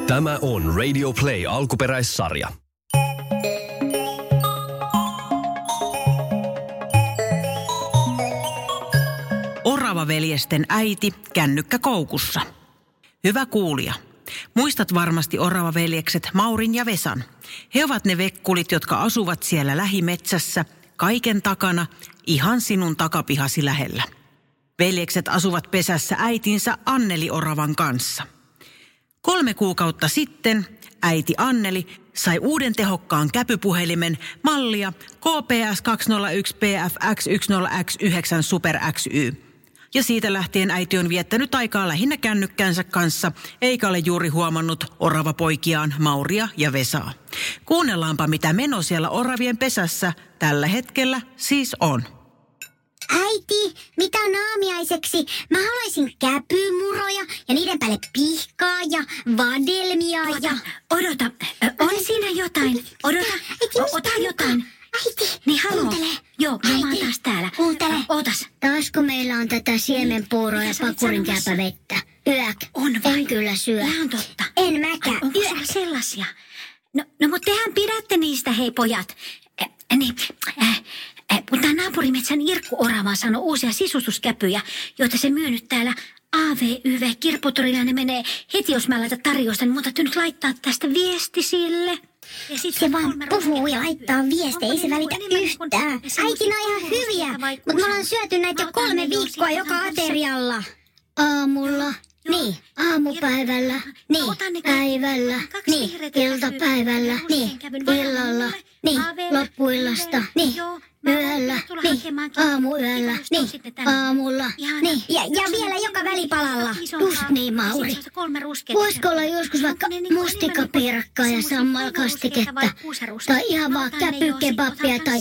Tämä on Radio Play alkuperäissarja. Oravaveljesten äiti kännykkä koukussa. Hyvä kuulija. Muistat varmasti Oravaveljekset Maurin ja Vesan. He ovat ne vekkulit, jotka asuvat siellä lähimetsässä, kaiken takana, ihan sinun takapihasi lähellä. Veljekset asuvat pesässä äitinsä Anneli Oravan kanssa. 3 kuukautta sitten äiti Anneli sai uuden tehokkaan käpypuhelimen mallia KPS 201 PF X10X9 Super XY. Ja siitä lähtien äiti on viettänyt aikaa lähinnä kännykkänsä kanssa, eikä ole juuri huomannut oravapoikiaan Mauria ja Vesaa. Kuunnellaanpa, mitä meno siellä oravien pesässä tällä hetkellä siis on. Äiti, mitä on aamiaiseksi? Mä haluaisin käpymuroja ja niiden päälle pihkaa ja vadelmia Odota. On siinä jotain. Odota. Ota jotain. Äiti, niin kuuntele. Joo, mä oon taas täällä. Kuuntele. Ootas. Taasko meillä on tätä siemenpuuroa ja pakurinkäpävettä? Yök. On vai? En kyllä syö. Tämä on totta. En mäkään. Onko siellä sellaisia? No mutta tehän pidätte niistä, hei pojat. Mutta naapurimetsän Irkku Orava sanoi uusia sisustuskäpyjä, joita se myy nyt täällä AVYV-kirpputorilla. Ne menee heti, jos mä laitan tarjousta, niin mun täytyy nyt laittaa tästä viesti sille. Se vaan puhuu ja laittaa viestejä, ei se välitä yhtään. Äiti, ne on ihan hyviä, mutta me ollaan syöty näitä jo 3 viikkoa joka aterialla. Aamulla. Niin. Aamupäivällä. Niin. Päivällä. Niin. Iltapäivällä. Niin. Illalla. Niin. Loppuillasta. Niin. Yöllä. Niin. Aamuyöllä. Niin. Aamulla. Niin. Ja vielä joka välipalalla. Just niin, Mauri. Voisiko olla joskus vaikka mustikapiirakkaa ja sammalkastiketta? Tai ihan vaan käpykebappia tai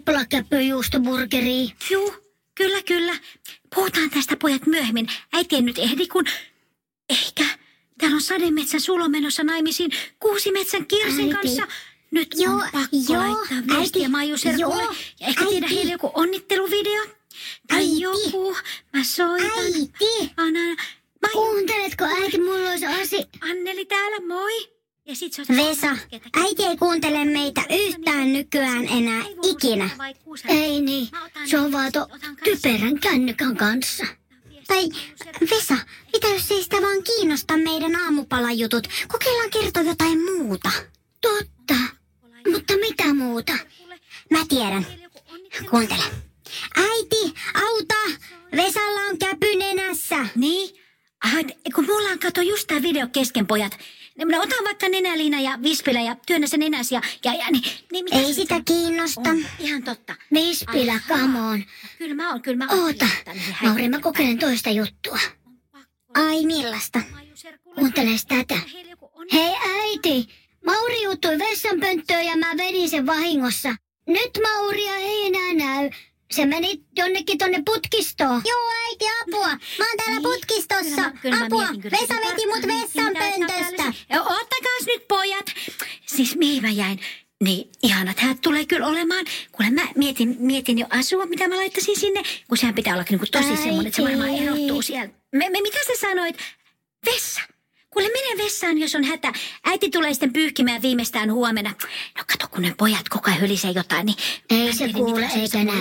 tuplakäpyjuustoburgeria? Juu, kyllä. Puhutaan tästä pojat myöhemmin. Äiti ei nyt ehdi, kun ehkä täällä on Sademetsän Sulo menossa naimisiin Kuusimetsän Kirsin kanssa. Nyt on pakko laittaa viestiä Maiju Serkulle. Ja ehkä tehdä heille joku onnitteluvideo. Tai joku. Mä soitan. Äiti! Kuunteletko äiti, mulla olisi Anneli täällä, moi. Ja sit Vesa, äiti ei kuuntele meitä yhtään nykyään enää ikinä. Ei niin, se on vaan typerän kännykän kanssa. Tai Vesa, mitä jos ei sitä vaan kiinnosta meidän aamupalajutut? Kokeillaan kertoa jotain muuta. Totta, mutta mitä muuta? Mä tiedän. Kuuntele. Äiti, auta! Vesalla on käpy nenässä. Niin? Kun mulla on kato just tää video kesken, pojat. No, otan vaikka nenäliina ja vispilä ja työnnä sen nenäsi niin ei sitä kiinnosta. Ihan totta. Vispilä, come on. Kyllä mä oon. Oota, Mauri, mä kokeilen toista juttua. Ai, millaista? Kuuntele tätä. Hei äiti, Mauri juuttui vessanpönttöön ja mä vedin sen vahingossa. Nyt Mauria ei enää näy. Se meni jonnekin tonne putkistoon. Joo, äiti, apua. Mä oon täällä putkistossa. Apua. Vesa veti mut vessanpöntöstä. Ottakaas nyt, pojat. Siis mihin mä jäin? Niin, ihanat häät tulee kyllä olemaan. Kuule, mä mietin jo asua, mitä mä laittaisin sinne. Kun sehän pitää olla niinku tosi semmoinen, että se varmaan erottuu sieltä. Mitä sä sanoit? Vessa. Kuule, mene vessaan, jos on hätä. Äiti tulee sitten pyyhkimään viimeistään huomenna. No kato, kun ne pojat koko ajan hölisee jotain, niin... Ei se kuule eikä näe.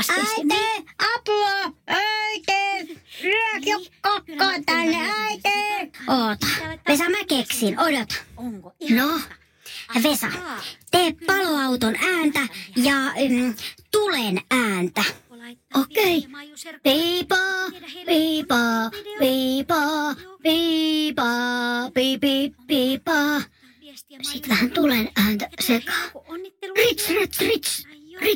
Äiti, apua! Äiti! Lyök jo kokkoa tänne, äiti! Oota, Vesa, mä keksin. Odota. No, Vesa, tee paloauton ääntä ja tulen ääntä. Okei. Piipaa, piipaa, piipaa, piipaa, piipaa. Sitten vähän tulen ääntä sekaan. Rits.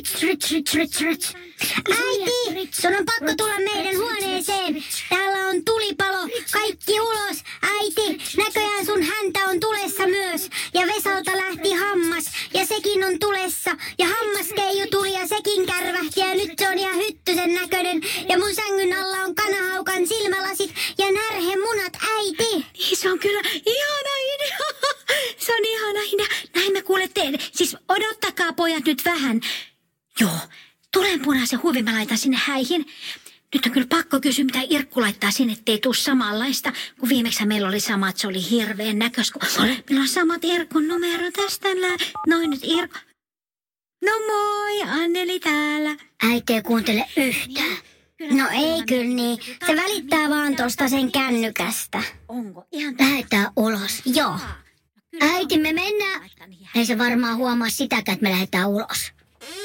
Äiti, sun on pakko tulla meidän huoneeseen. Täällä on tulipalo. Kaikki ulos. Äiti, näköjään sun häntä on tulessa myös. Ja Vesalta lähti hammas. Ja sekin on tulessa. Ja hammaskeiju tuli ja sekin kärvähti. Ja nyt se on ihan hyttysen näköinen. Ja mun sängyn alla on kanahaukan silmälasit ja närhemunat, äiti. Niin, se on kyllä ihana idea. Se on ihana idea. Näin me kuule teen. Siis odottakaa pojat nyt vähän. Joo, tulen punaisen huvin mä laitan sinne häihin. Nyt on kyllä pakko kysyä, mitä Irkku laittaa sinne, ettei tule samanlaista. Kun viimeksi meillä oli sama, että se oli hirveän näköistä. Meillä on samat Irkun numero tästä. Noin nyt Irkku. No moi, Anneli täällä. Äiti ei kuuntele yhtään. No ei kyllä niin. Se välittää vaan tosta sen kännykästä. Onko? Ihan Lähetään ulos. Joo. Äiti, me mennään. Ei se varmaan huomaa sitäkään, että me lähdetään ulos.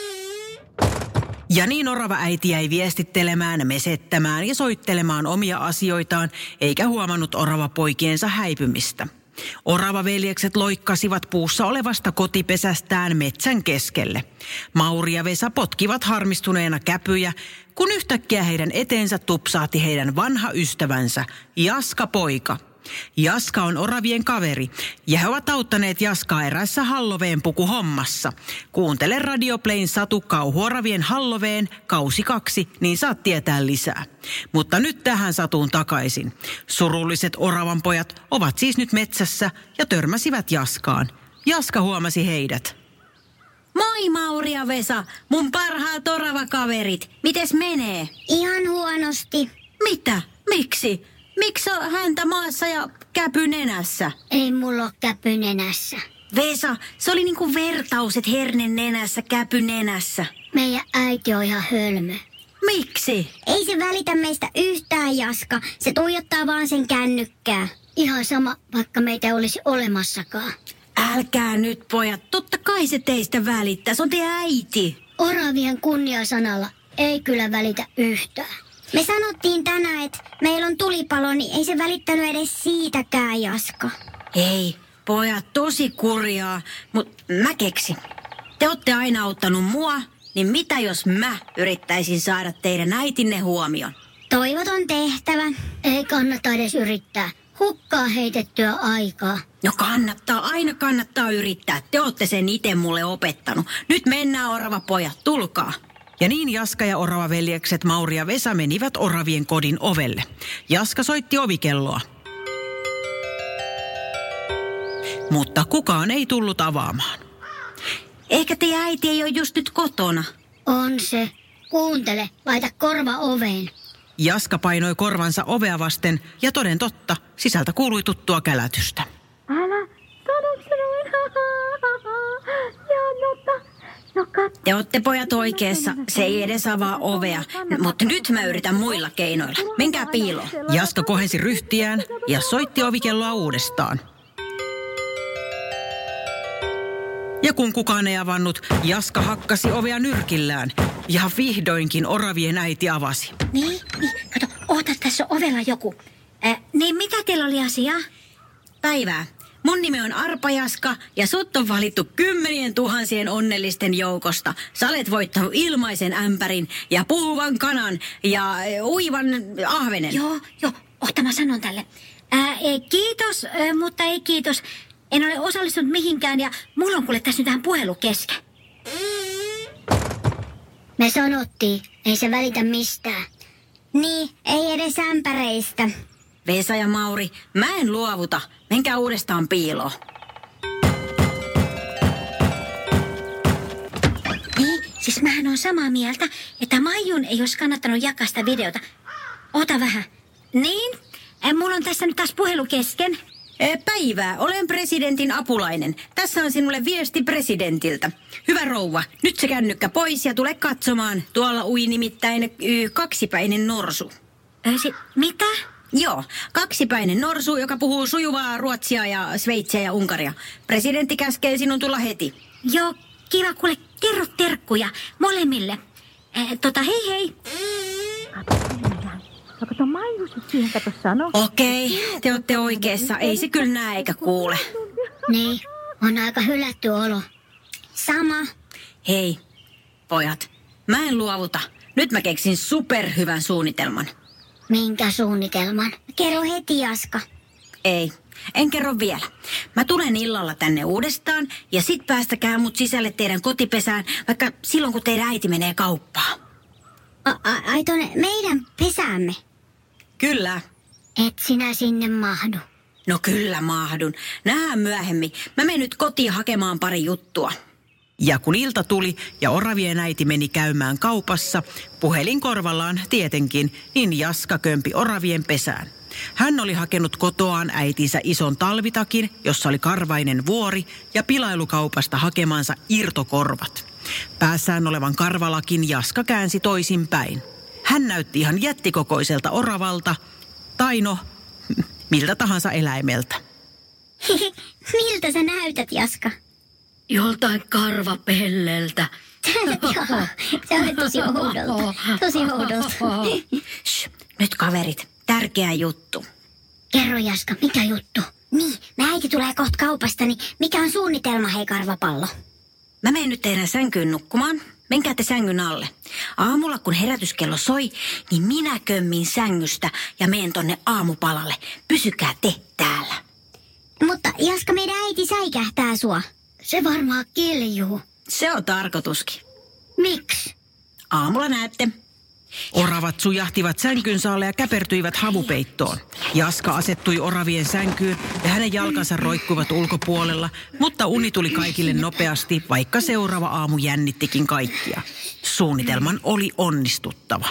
Ja niin orava äiti jäi viestittelemään, mesettämään ja soittelemaan omia asioitaan, eikä huomannut orava poikiensa häipymistä. Orava-veljekset loikkasivat puussa olevasta kotipesästään metsän keskelle. Mauri ja Vesa potkivat harmistuneena käpyjä, kun yhtäkkiä heidän eteensä tupsahti heidän vanha ystävänsä, Jaska-poika. Jaska on oravien kaveri ja he ovat auttaneet Jaskaa erässä Halloween-pukuhommassa. Kuuntele Radio Playn Satu Kauhuoravien Halloween kausi 2, niin saat tietää lisää. Mutta nyt tähän Satuun takaisin. Surulliset oravanpojat ovat siis nyt metsässä ja törmäsivät Jaskaan. Jaska huomasi heidät. Moi Mauri ja Vesa, mun parhaat oravakaverit. Mites menee? Ihan huonosti. Mitä? Miksi? Miksi on häntä maassa ja käpy nenässä? Ei mulla ole käpy nenässä. Vesa, se oli niinku vertaus, että herne nenässä, käpy nenässä. Meidän äiti on ihan hölmö. Miksi? Ei se välitä meistä yhtään, Jaska. Se tuijottaa vaan sen kännykkää. Ihan sama, vaikka meitä ei olisi olemassakaan. Älkää nyt pojat, totta kai se teistä välittää, se on teidän äiti. Oravien kunniasanalla ei kyllä välitä yhtään. Me sanottiin tänään, että meillä on tulipalo, niin ei se välittänyt edes siitäkään, Jaska. Ei, pojat, tosi kurjaa, mutta mä keksin. Te olette aina auttanut mua, niin mitä jos mä yrittäisin saada teidän äitinne huomioon? Toivoton tehtävä. Ei kannata edes yrittää. Hukkaa heitettyä aikaa. No aina kannattaa yrittää. Te olette sen itse mulle opettanut. Nyt mennään oravapojat, tulkaa. Ja niin Jaska ja oravaveljekset Mauri ja Vesa menivät oravien kodin ovelle. Jaska soitti ovikelloa. Mutta kukaan ei tullut avaamaan. Ehkä teidän äiti ei ole just nyt kotona. On se. Kuuntele, laita korva oveen. Jaska painoi korvansa ovea vasten ja toden totta, sisältä kuului tuttua kälätystä. Älä, sanoksi Te olette pojat oikeassa. Se ei edes avaa ovea. Mutta nyt mä yritän muilla keinoilla. Menkää piiloon. Jaska kohensi ryhtiään ja soitti ovikelloa uudestaan. Ja kun kukaan ei avannut, Jaska hakkasi ovea nyrkillään. Ja vihdoinkin oravien äiti avasi. Niin, kato, oota, tässä on ovella joku. Niin mitä teillä oli asiaa? Päivää. Mun nimi on Arpa Jaska ja sut on valittu 10 000 onnellisten joukosta. Sä olet voittanut ilmaisen ämpärin ja puhuvan kanan ja uivan ahvenen. Joo, oota mä sanon tälle. Kiitos, mutta ei kiitos. En ole osallistunut mihinkään ja mulla on kuule tässä nyt tähän puhelu kesken. Me sanottiin, ei se välitä mistään. Niin, ei edes ämpäreistä. Vesa ja Mauri, mä en luovuta. Menkää uudestaan piiloon. Niin, siis mähän on samaa mieltä, että Maijun ei olisi kannattanut jakaa sitä videota. Ota vähän. Niin, mulla on tässä nyt taas puhelu kesken. Päivää, olen presidentin apulainen. Tässä on sinulle viesti presidentiltä. Hyvä rouva, nyt se kännykkä pois ja tule katsomaan. Tuolla ui nimittäin kaksipäinen norsu. Mitä? Joo, kaksipäinen norsu, joka puhuu sujuvaa ruotsia ja sveitsiä ja unkaria. Presidentti käskee sinun tulla heti. Joo, kiva kuule, kerro terkkuja molemmille. Hei. Okei, te olette oikeassa. Ei se kyllä näe eikä kuule. Niin, on aika hylätty olo. Sama. Hei, pojat, mä en luovuta. Nyt mä keksin superhyvän suunnitelman. Minkä suunnitelman? Kerro heti, Jaska. Ei, en kerro vielä. Mä tulen illalla tänne uudestaan ja sit päästäkää mut sisälle teidän kotipesään, vaikka silloin kun teidän äiti menee kauppaan. Ai tonne meidän pesäämme? Kyllä. Et sinä sinne mahdu. No kyllä mahdun. Nähdään myöhemmin. Mä menen nyt kotiin hakemaan pari juttua. Ja kun ilta tuli ja oravien äiti meni käymään kaupassa, puhelin korvallaan tietenkin, niin Jaska kömpi oravien pesään. Hän oli hakenut kotoaan äitinsä ison talvitakin, jossa oli karvainen vuori, ja pilailukaupasta hakemansa irtokorvat. Päässään olevan karvalakin Jaska käänsi toisinpäin. Hän näytti ihan jättikokoiselta oravalta, tai no, miltä tahansa eläimeltä. Miltä sä näytät, Jaska? Joltain karvapelleltä. Joo, se on tosi oudolta. Tosi oudolta. Nyt kaverit, tärkeä juttu. Kerro, Jaska, mikä juttu? Niin, mä äiti tulee kohta kaupasta, niin mikä on suunnitelma, hei karvapallo? Mä menen nyt teidän sänkyyn nukkumaan. Menkää te sängyn alle. Aamulla kun herätyskello soi, niin minä kömmin sängystä ja menen tonne aamupalalle. Pysykää te täällä. Mutta Jaska, meidän äiti säikähtää sua. Se varmaan kiljuu. Se on tarkoituskin. Miksi? Aamulla näette. Oravat sujahtivat sänkynsä alle ja käpertyivät havupeittoon. Jaska asettui oravien sänkyyn ja hänen jalkansa roikkuivat ulkopuolella, mutta uni tuli kaikille nopeasti, vaikka seuraava aamu jännittikin kaikkia. Suunnitelman oli onnistuttava.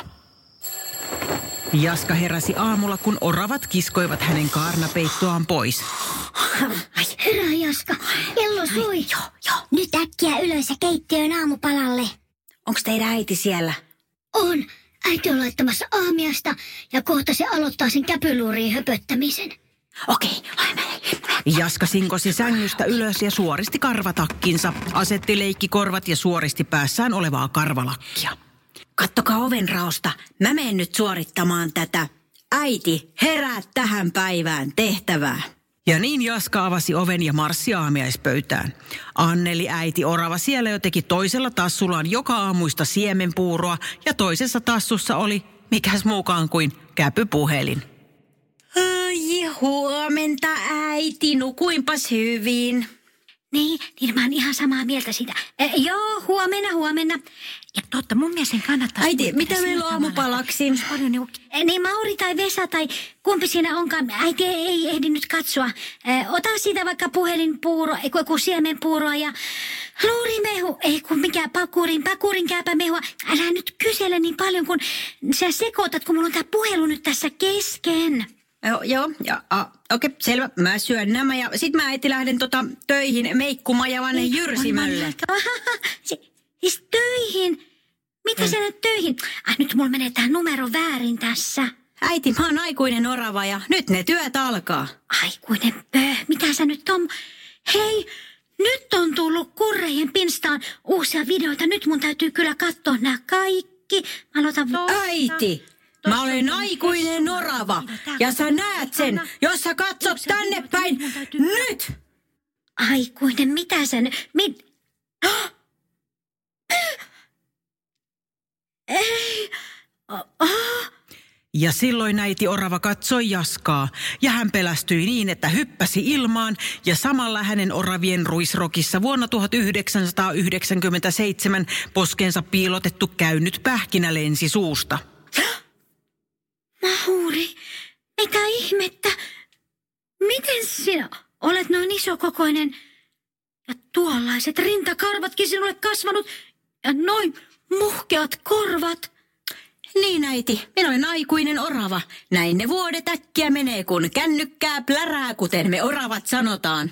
Jaska heräsi aamulla, kun oravat kiskoivat hänen kaarnapeittoaan pois. Herää, Jaska. Kello soi. Joo. Nyt äkkiä ylös ja keittiöön aamupalalle. Onks teidän äiti siellä? On. Äiti on laittamassa aamiasta ja kohta se aloittaa sen käpyluuriin höpöttämisen. Okei. Jaska sinkosi sängystä ylös ja suoristi karvatakkinsa, asetti leikkikorvat ja suoristi päässään olevaa karvalakkia. Kattokaa ovenraosta. Mä menen nyt suorittamaan tätä. Äiti, herää tähän päivään tehtävää. Ja niin Jaska avasi oven ja marssi aamiaispöytään. Anneli äiti orava siellä jo teki toisella tassullaan joka aamuista siemenpuuroa ja toisessa tassussa oli, mikäs muukaan kuin käpypuhelin. Ai, huomenta äiti, nukuinpas hyvin. Niin mä oon ihan samaa mieltä siitä. Joo, huomenna. Ja totta, mun mielestä sen kannattaa... Äiti, mitä meillä on aamupalaksi? Niin Mauri tai Vesa tai kumpi siinä onkaan. Äiti ei ehdi nyt katsoa. Ota siitä vaikka puhelinpuuro, kun siemenpuuroa ja luurimehu. Ei kun mikä pakurin kääpämehua. Älä nyt kysele niin paljon, kun sä sekoitat, kun mulla on tää puhelu nyt tässä kesken. Joo. Okei, selvä. Mä syön nämä ja sit mä äiti lähden töihin meikkumaan ja vaan jyrsimälle. Siis töihin? Mitä sä nyt töihin? Nyt mulla menee tää numero väärin tässä. Äiti, mä oon aikuinen orava ja nyt ne työt alkaa. Aikuinen mitä sä nyt on? Hei, nyt on tullut Kurrejen Pinstaan uusia videoita. Nyt mun täytyy kyllä katsoa nämä kaikki. Mä aloitan... Äiti! Mä olen aikuinen orava ja sä näet sen, jos sä katsot tänne päin nyt! Aikuinen, mitä sä nyt... Ei! Ja silloin äiti orava katsoi Jaskaa ja hän pelästyi niin, että hyppäsi ilmaan ja samalla hänen oravien ruisrokissa vuonna 1997 poskeensa piilotettu käynyt pähkinä lensi suusta. Mauri, mitä ihmettä? Miten sinä olet noin isokokoinen ja tuollaiset rintakarvatkin sinulle kasvanut ja noin muhkeat korvat? Niin äiti, minä olen aikuinen orava. Näin ne vuodet äkkiä menee, kun kännykkää plärää, kuten me oravat sanotaan.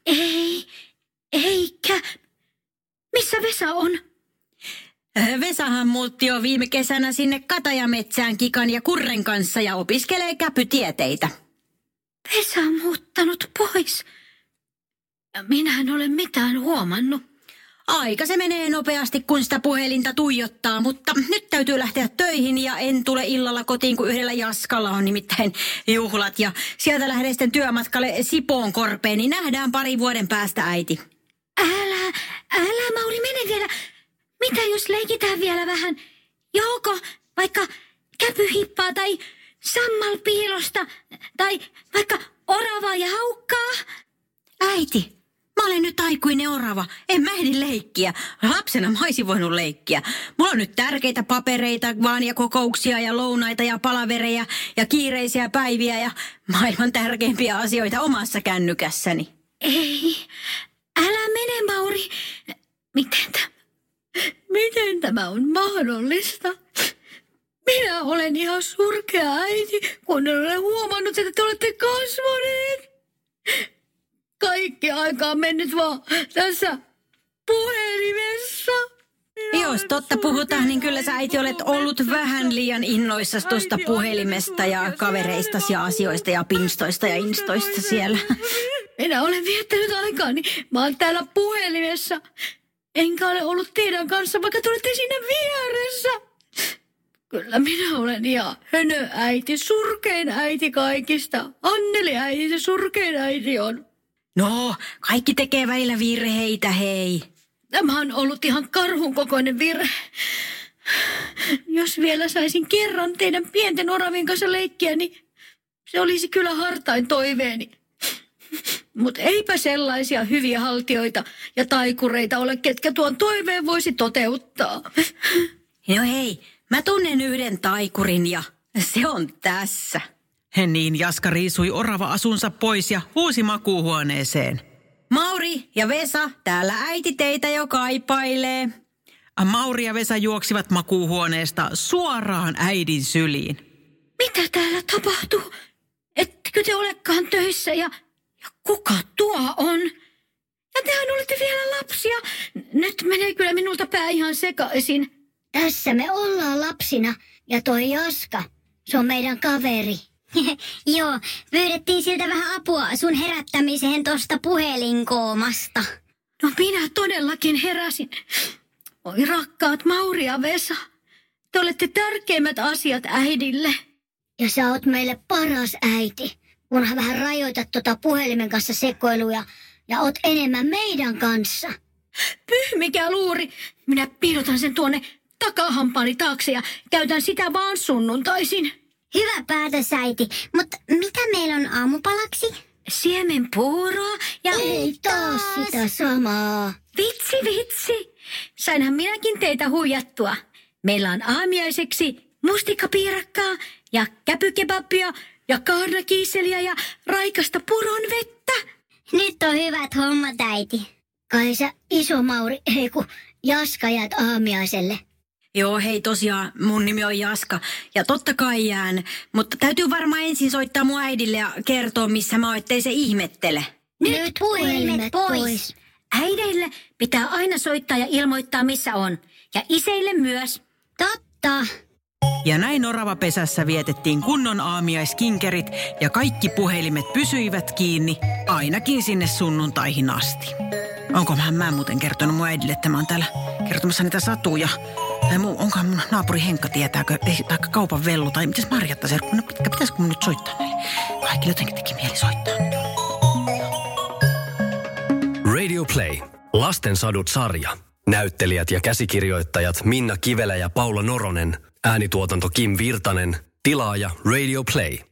Eikä. Missä Vesa on? Vesahan muutti jo viime kesänä sinne Katajametsään Kikan ja Kurren kanssa ja opiskelee käpytieteitä. Vesa on muuttanut pois. Ja minä en ole mitään huomannut. Aika se menee nopeasti, kun sitä puhelinta tuijottaa, mutta nyt täytyy lähteä töihin ja en tule illalla kotiin, kun yhdellä Jaskalla on nimittäin juhlat. Ja sieltä lähden sitten työmatkalle Sipoonkorpeen, niin nähdään 2 vuoden päästä, äiti. Älä Mauri, mene vielä. Mitä jos leikitään vielä vähän? Joko vaikka käpyhippaa tai sammalpiilosta tai vaikka oravaa ja haukkaa? Äiti, mä olen nyt aikuinen orava. En mä ehdi leikkiä. Lapsena mä olisin voinut leikkiä. Mulla on nyt tärkeitä papereita vaan ja kokouksia ja lounaita ja palavereja ja kiireisiä päiviä ja maailman tärkeimpiä asioita omassa kännykässäni. Ei, älä mene Mauri. Miten tämä on mahdollista? Minä olen ihan surkea äiti, kun en ole huomannut, että te olette kasvaneet. Kaikki aika on mennyt vaan tässä puhelimessa. Jos totta puhutaan, niin kyllä sä äiti olet ollut vähän liian innoissasi tuosta puhelimesta ja kavereistasi ja asioista ja pinstoista ja instoista siellä. Minä olen viettänyt aikaa, niin mä oon täällä puhelimessa. Enkä ole ollut teidän kanssa, vaikka te olette siinä vieressä. Kyllä minä olen ihan hönöäiti, surkein äiti kaikista. Anneli äiti, se surkein äiti on. No, kaikki tekee välillä virheitä, hei. Tämä on ollut ihan karhun kokoinen virhe. Jos vielä saisin kerran teidän pienten oravien kanssa leikkiä, niin se olisi kyllä hartain toiveeni. Mutta eipä sellaisia hyviä haltioita ja taikureita ole, ketkä tuon toiveen voisi toteuttaa. No hei, mä tunnen yhden taikurin ja se on tässä. Niin Jaska riisui orava-asunsa pois ja huusi makuuhuoneeseen. Mauri ja Vesa, täällä äiti teitä jo kaipailee. Mauri ja Vesa juoksivat makuuhuoneesta suoraan äidin syliin. Mitä täällä tapahtuu? Ettekö te olekaan töissä ja kuka tuo on? Ja tehän olette vielä lapsia. Nyt menee kyllä minulta pää ihan sekaisin. Tässä me ollaan lapsina ja toi Jaska, se on meidän kaveri. Joo, pyydettiin siltä vähän apua sun herättämiseen tosta puhelinkoomasta. No minä todellakin heräsin. Oi rakkaat Mauri ja Vesa, te olette tärkeimmät asiat äidille. Ja sä oot meille paras äiti, kunhan vähän rajoitat puhelimen kanssa sekoiluja ja oot enemmän meidän kanssa. Mikä luuri, minä piilotan sen tuonne takahampaani taakse ja käytän sitä vaan sunnuntaisin. Hyvä päätös, äiti, mutta mitä meillä on aamupalaksi? Siemenpuuroa ja... Ei taas sitä samaa. Vitsi. Sainhan minäkin teitä huijattua. Meillä on aamiaiseksi mustikkapiirakkaa ja käpykebabia ja kaarnakiiseliä ja raikasta puron vettä. Nyt on hyvät hommat, äiti. Kai sä iso Mauri, ei kun Jaska jäät aamiaiselle. Joo, hei tosiaan, mun nimi on Jaska ja totta kai jään, mutta täytyy varmaan ensin soittaa mun äidille ja kertoa, missä mä oon, ettei se ihmettele. Nyt puhelimet pois. Äideille pitää aina soittaa ja ilmoittaa, missä on. Ja iseille myös. Totta. Ja näin oravapesässä vietettiin kunnon aamiaiskinkerit ja kaikki puhelimet pysyivät kiinni, ainakin sinne sunnuntaihin asti. Onkohan mä muuten kertonut mun äidille, että mä oon täällä kertomassa niitä satuja? Tai onkohan mun naapuri Henkka tietääkö, tai kaupan vellu, tai mitäs Marjatta se, pitäisikö mun nyt soittaa näille? Kaikille jotenkin teki mieli soittaa. Radio Play. Lasten sadut-sarja. Näyttelijät ja käsikirjoittajat Minna Kivelä ja Paula Noronen. Äänituotanto Kim Virtanen. Tilaaja Radio Play.